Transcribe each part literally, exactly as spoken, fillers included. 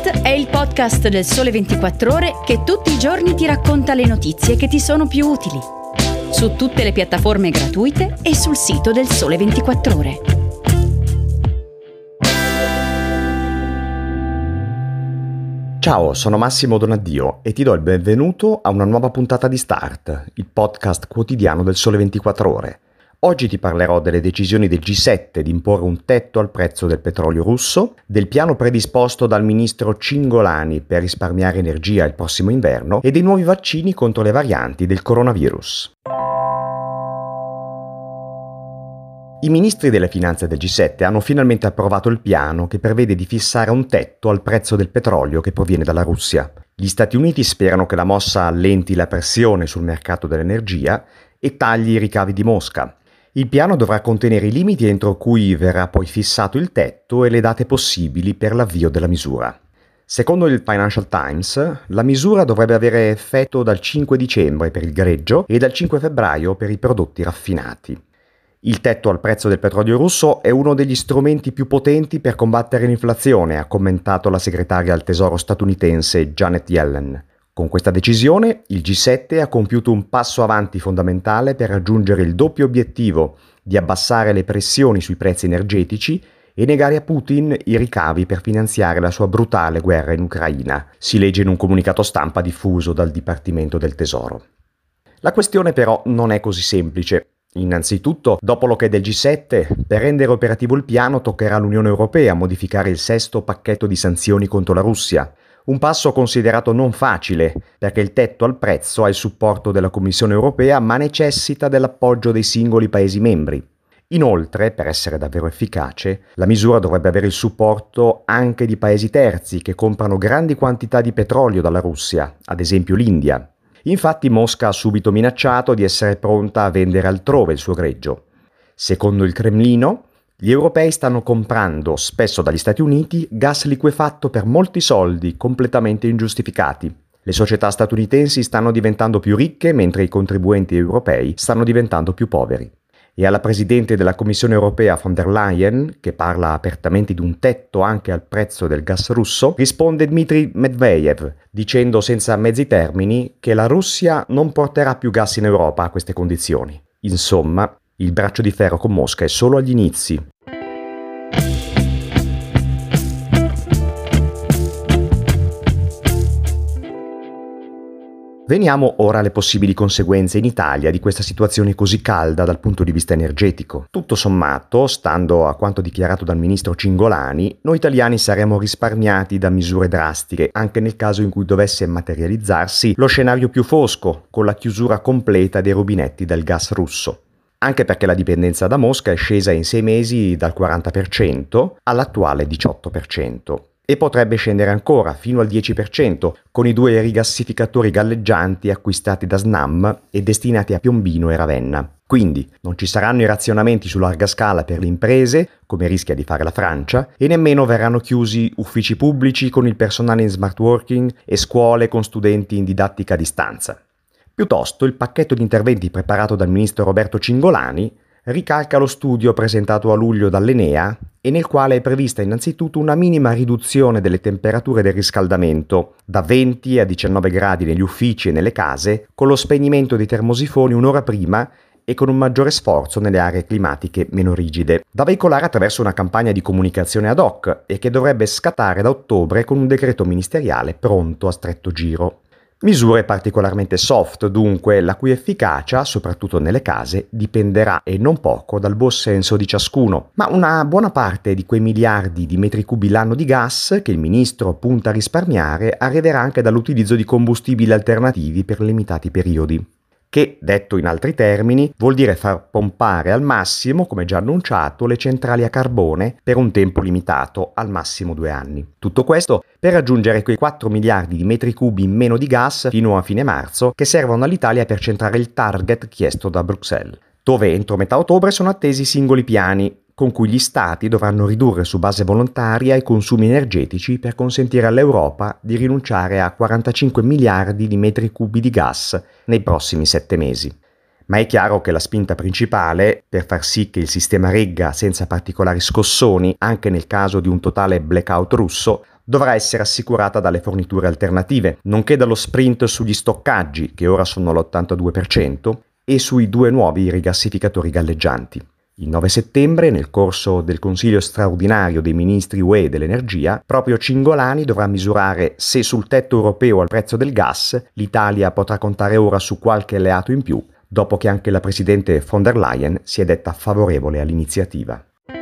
Start è il podcast del Sole ventiquattro Ore che tutti i giorni ti racconta le notizie che ti sono più utili. Su tutte le piattaforme gratuite e sul sito del Sole ventiquattro Ore. Ciao, sono Massimo Donaddio e ti do il benvenuto a una nuova puntata di Start, il podcast quotidiano del Sole ventiquattro Ore. Oggi ti parlerò delle decisioni del G sette di imporre un tetto al prezzo del petrolio russo, del piano predisposto dal ministro Cingolani per risparmiare energia il prossimo inverno e dei nuovi vaccini contro le varianti del coronavirus. I ministri delle finanze del G sette hanno finalmente approvato il piano che prevede di fissare un tetto al prezzo del petrolio che proviene dalla Russia. Gli Stati Uniti sperano che la mossa allenti la pressione sul mercato dell'energia e tagli i ricavi di Mosca. Il piano dovrà contenere i limiti entro cui verrà poi fissato il tetto e le date possibili per l'avvio della misura. Secondo il Financial Times, la misura dovrebbe avere effetto dal cinque dicembre per il greggio e dal cinque febbraio per i prodotti raffinati. Il tetto al prezzo del petrolio russo è uno degli strumenti più potenti per combattere l'inflazione, ha commentato la segretaria al Tesoro statunitense Janet Yellen. Con questa decisione, il G sette ha compiuto un passo avanti fondamentale per raggiungere il doppio obiettivo di abbassare le pressioni sui prezzi energetici e negare a Putin i ricavi per finanziare la sua brutale guerra in Ucraina, si legge in un comunicato stampa diffuso dal Dipartimento del Tesoro. La questione però non è così semplice. Innanzitutto, dopo l'ok del G sette, per rendere operativo il piano toccherà all'Unione Europea modificare il sesto pacchetto di sanzioni contro la Russia. Un passo considerato non facile, perché il tetto al prezzo ha il supporto della Commissione Europea, ma necessita dell'appoggio dei singoli Paesi membri. Inoltre, per essere davvero efficace, la misura dovrebbe avere il supporto anche di Paesi terzi che comprano grandi quantità di petrolio dalla Russia, ad esempio l'India. Infatti Mosca ha subito minacciato di essere pronta a vendere altrove il suo greggio. Secondo il Cremlino, gli europei stanno comprando, spesso dagli Stati Uniti, gas liquefatto per molti soldi completamente ingiustificati. Le società statunitensi stanno diventando più ricche mentre i contribuenti europei stanno diventando più poveri. E alla Presidente della Commissione Europea von der Leyen, che parla apertamente di un tetto anche al prezzo del gas russo, risponde Dmitry Medvedev, dicendo senza mezzi termini che la Russia non porterà più gas in Europa a queste condizioni. Insomma, il braccio di ferro con Mosca è solo agli inizi. Veniamo ora alle possibili conseguenze in Italia di questa situazione così calda dal punto di vista energetico. Tutto sommato, stando a quanto dichiarato dal ministro Cingolani, noi italiani saremo risparmiati da misure drastiche, anche nel caso in cui dovesse materializzarsi lo scenario più fosco, con la chiusura completa dei rubinetti del gas russo. Anche perché la dipendenza da Mosca è scesa in sei mesi dal quaranta per cento all'attuale diciotto per cento. E potrebbe scendere ancora, fino al dieci per cento, con i due rigassificatori galleggianti acquistati da Snam e destinati a Piombino e Ravenna. Quindi non ci saranno i razionamenti su larga scala per le imprese, come rischia di fare la Francia, e nemmeno verranno chiusi uffici pubblici con il personale in smart working e scuole con studenti in didattica a distanza. Piuttosto, il pacchetto di interventi preparato dal ministro Roberto Cingolani ricalca lo studio presentato a luglio dall'Enea e nel quale è prevista innanzitutto una minima riduzione delle temperature del riscaldamento, da venti a diciannove gradi negli uffici e nelle case, con lo spegnimento dei termosifoni un'ora prima e con un maggiore sforzo nelle aree climatiche meno rigide, da veicolare attraverso una campagna di comunicazione ad hoc e che dovrebbe scattare da ottobre con un decreto ministeriale pronto a stretto giro. Misure particolarmente soft, dunque, la cui efficacia, soprattutto nelle case, dipenderà e non poco dal buon senso di ciascuno. Ma una buona parte di quei miliardi di metri cubi l'anno di gas che il ministro punta a risparmiare arriverà anche dall'utilizzo di combustibili alternativi per limitati periodi. Che, detto in altri termini, vuol dire far pompare al massimo, come già annunciato, le centrali a carbone per un tempo limitato, al massimo due anni. Tutto questo per raggiungere quei quattro miliardi di metri cubi in meno di gas fino a fine marzo che servono all'Italia per centrare il target chiesto da Bruxelles, dove entro metà ottobre sono attesi i singoli piani con cui gli Stati dovranno ridurre su base volontaria i consumi energetici per consentire all'Europa di rinunciare a quarantacinque miliardi di metri cubi di gas nei prossimi sette mesi. Ma è chiaro che la spinta principale, per far sì che il sistema regga senza particolari scossoni, anche nel caso di un totale blackout russo, dovrà essere assicurata dalle forniture alternative, nonché dallo sprint sugli stoccaggi, che ora sono all'ottantadue per cento, e sui due nuovi rigassificatori galleggianti. Il nove settembre, nel corso del Consiglio straordinario dei ministri U E dell'energia, proprio Cingolani dovrà misurare se sul tetto europeo al prezzo del gas l'Italia potrà contare ora su qualche alleato in più, dopo che anche la presidente von der Leyen si è detta favorevole all'iniziativa.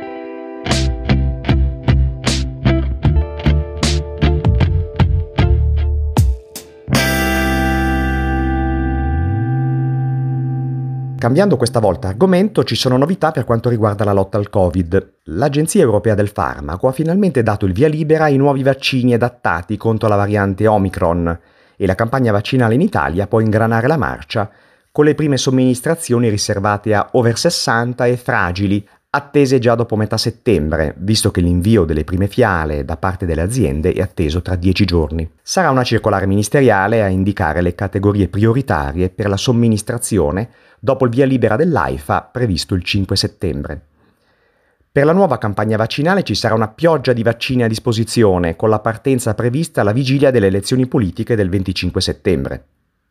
Cambiando questa volta argomento, ci sono novità per quanto riguarda la lotta al Covid. L'Agenzia Europea del Farmaco ha finalmente dato il via libera ai nuovi vaccini adattati contro la variante Omicron e la campagna vaccinale in Italia può ingranare la marcia con le prime somministrazioni riservate a over sessanta e fragili, attese già dopo metà settembre, visto che l'invio delle prime fiale da parte delle aziende è atteso tra dieci giorni. Sarà una circolare ministeriale a indicare le categorie prioritarie per la somministrazione dopo il via libera dell'AIFA previsto il cinque settembre. Per la nuova campagna vaccinale ci sarà una pioggia di vaccini a disposizione, con la partenza prevista alla vigilia delle elezioni politiche del venticinque settembre.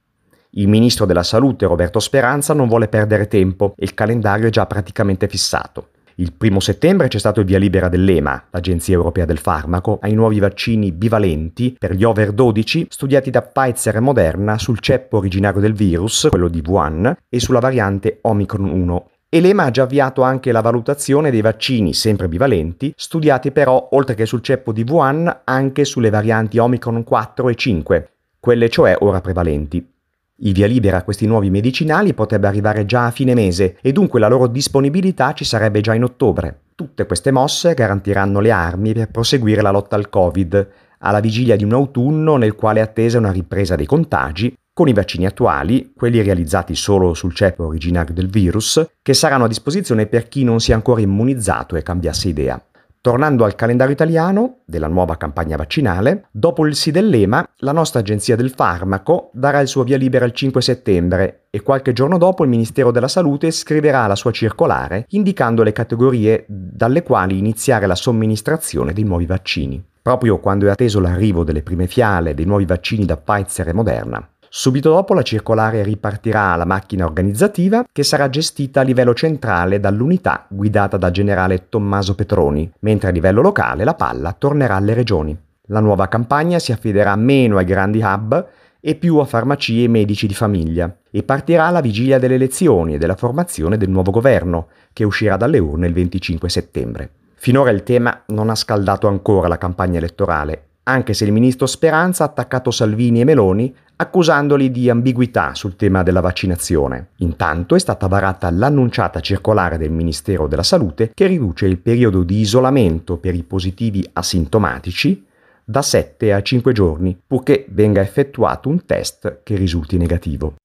Il ministro della Salute, Roberto Speranza, non vuole perdere tempo e il calendario è già praticamente fissato. Il primo settembre c'è stato il via libera dell'E M A, l'Agenzia Europea del Farmaco, ai nuovi vaccini bivalenti per gli over dodici studiati da Pfizer e Moderna sul ceppo originario del virus, quello di Wuhan, e sulla variante Omicron uno. E l'E M A ha già avviato anche la valutazione dei vaccini, sempre bivalenti, studiati però, oltre che sul ceppo di Wuhan, anche sulle varianti Omicron quattro e cinque, quelle cioè ora prevalenti. Il via libera a questi nuovi medicinali potrebbe arrivare già a fine mese e dunque la loro disponibilità ci sarebbe già in ottobre. Tutte queste mosse garantiranno le armi per proseguire la lotta al Covid, alla vigilia di un autunno nel quale è attesa una ripresa dei contagi, con i vaccini attuali, quelli realizzati solo sul ceppo originario del virus, che saranno a disposizione per chi non sia ancora immunizzato e cambiasse idea. Tornando al calendario italiano della nuova campagna vaccinale, dopo il sì dell'E M A, la nostra Agenzia del Farmaco darà il suo via libera il cinque settembre e qualche giorno dopo il Ministero della Salute scriverà la sua circolare indicando le categorie dalle quali iniziare la somministrazione dei nuovi vaccini, proprio quando è atteso l'arrivo delle prime fiale dei nuovi vaccini da Pfizer e Moderna. Subito dopo la circolare ripartirà alla macchina organizzativa che sarà gestita a livello centrale dall'unità guidata dal generale Tommaso Petroni, mentre a livello locale la palla tornerà alle regioni. La nuova campagna si affiderà meno ai grandi hub e più a farmacie e medici di famiglia e partirà alla vigilia delle elezioni e della formazione del nuovo governo che uscirà dalle urne il venticinque settembre. Finora il tema non ha scaldato ancora la campagna elettorale, anche se il ministro Speranza ha attaccato Salvini e Meloni accusandoli di ambiguità sul tema della vaccinazione. Intanto è stata varata l'annunciata circolare del Ministero della Salute che riduce il periodo di isolamento per i positivi asintomatici da sette a cinque giorni, purché venga effettuato un test che risulti negativo.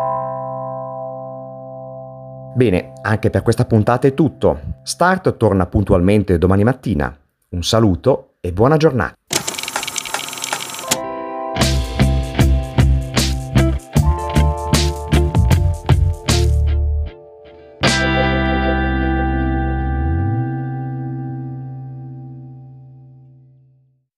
Bene, anche per questa puntata è tutto. Start torna puntualmente domani mattina. Un saluto e buona giornata.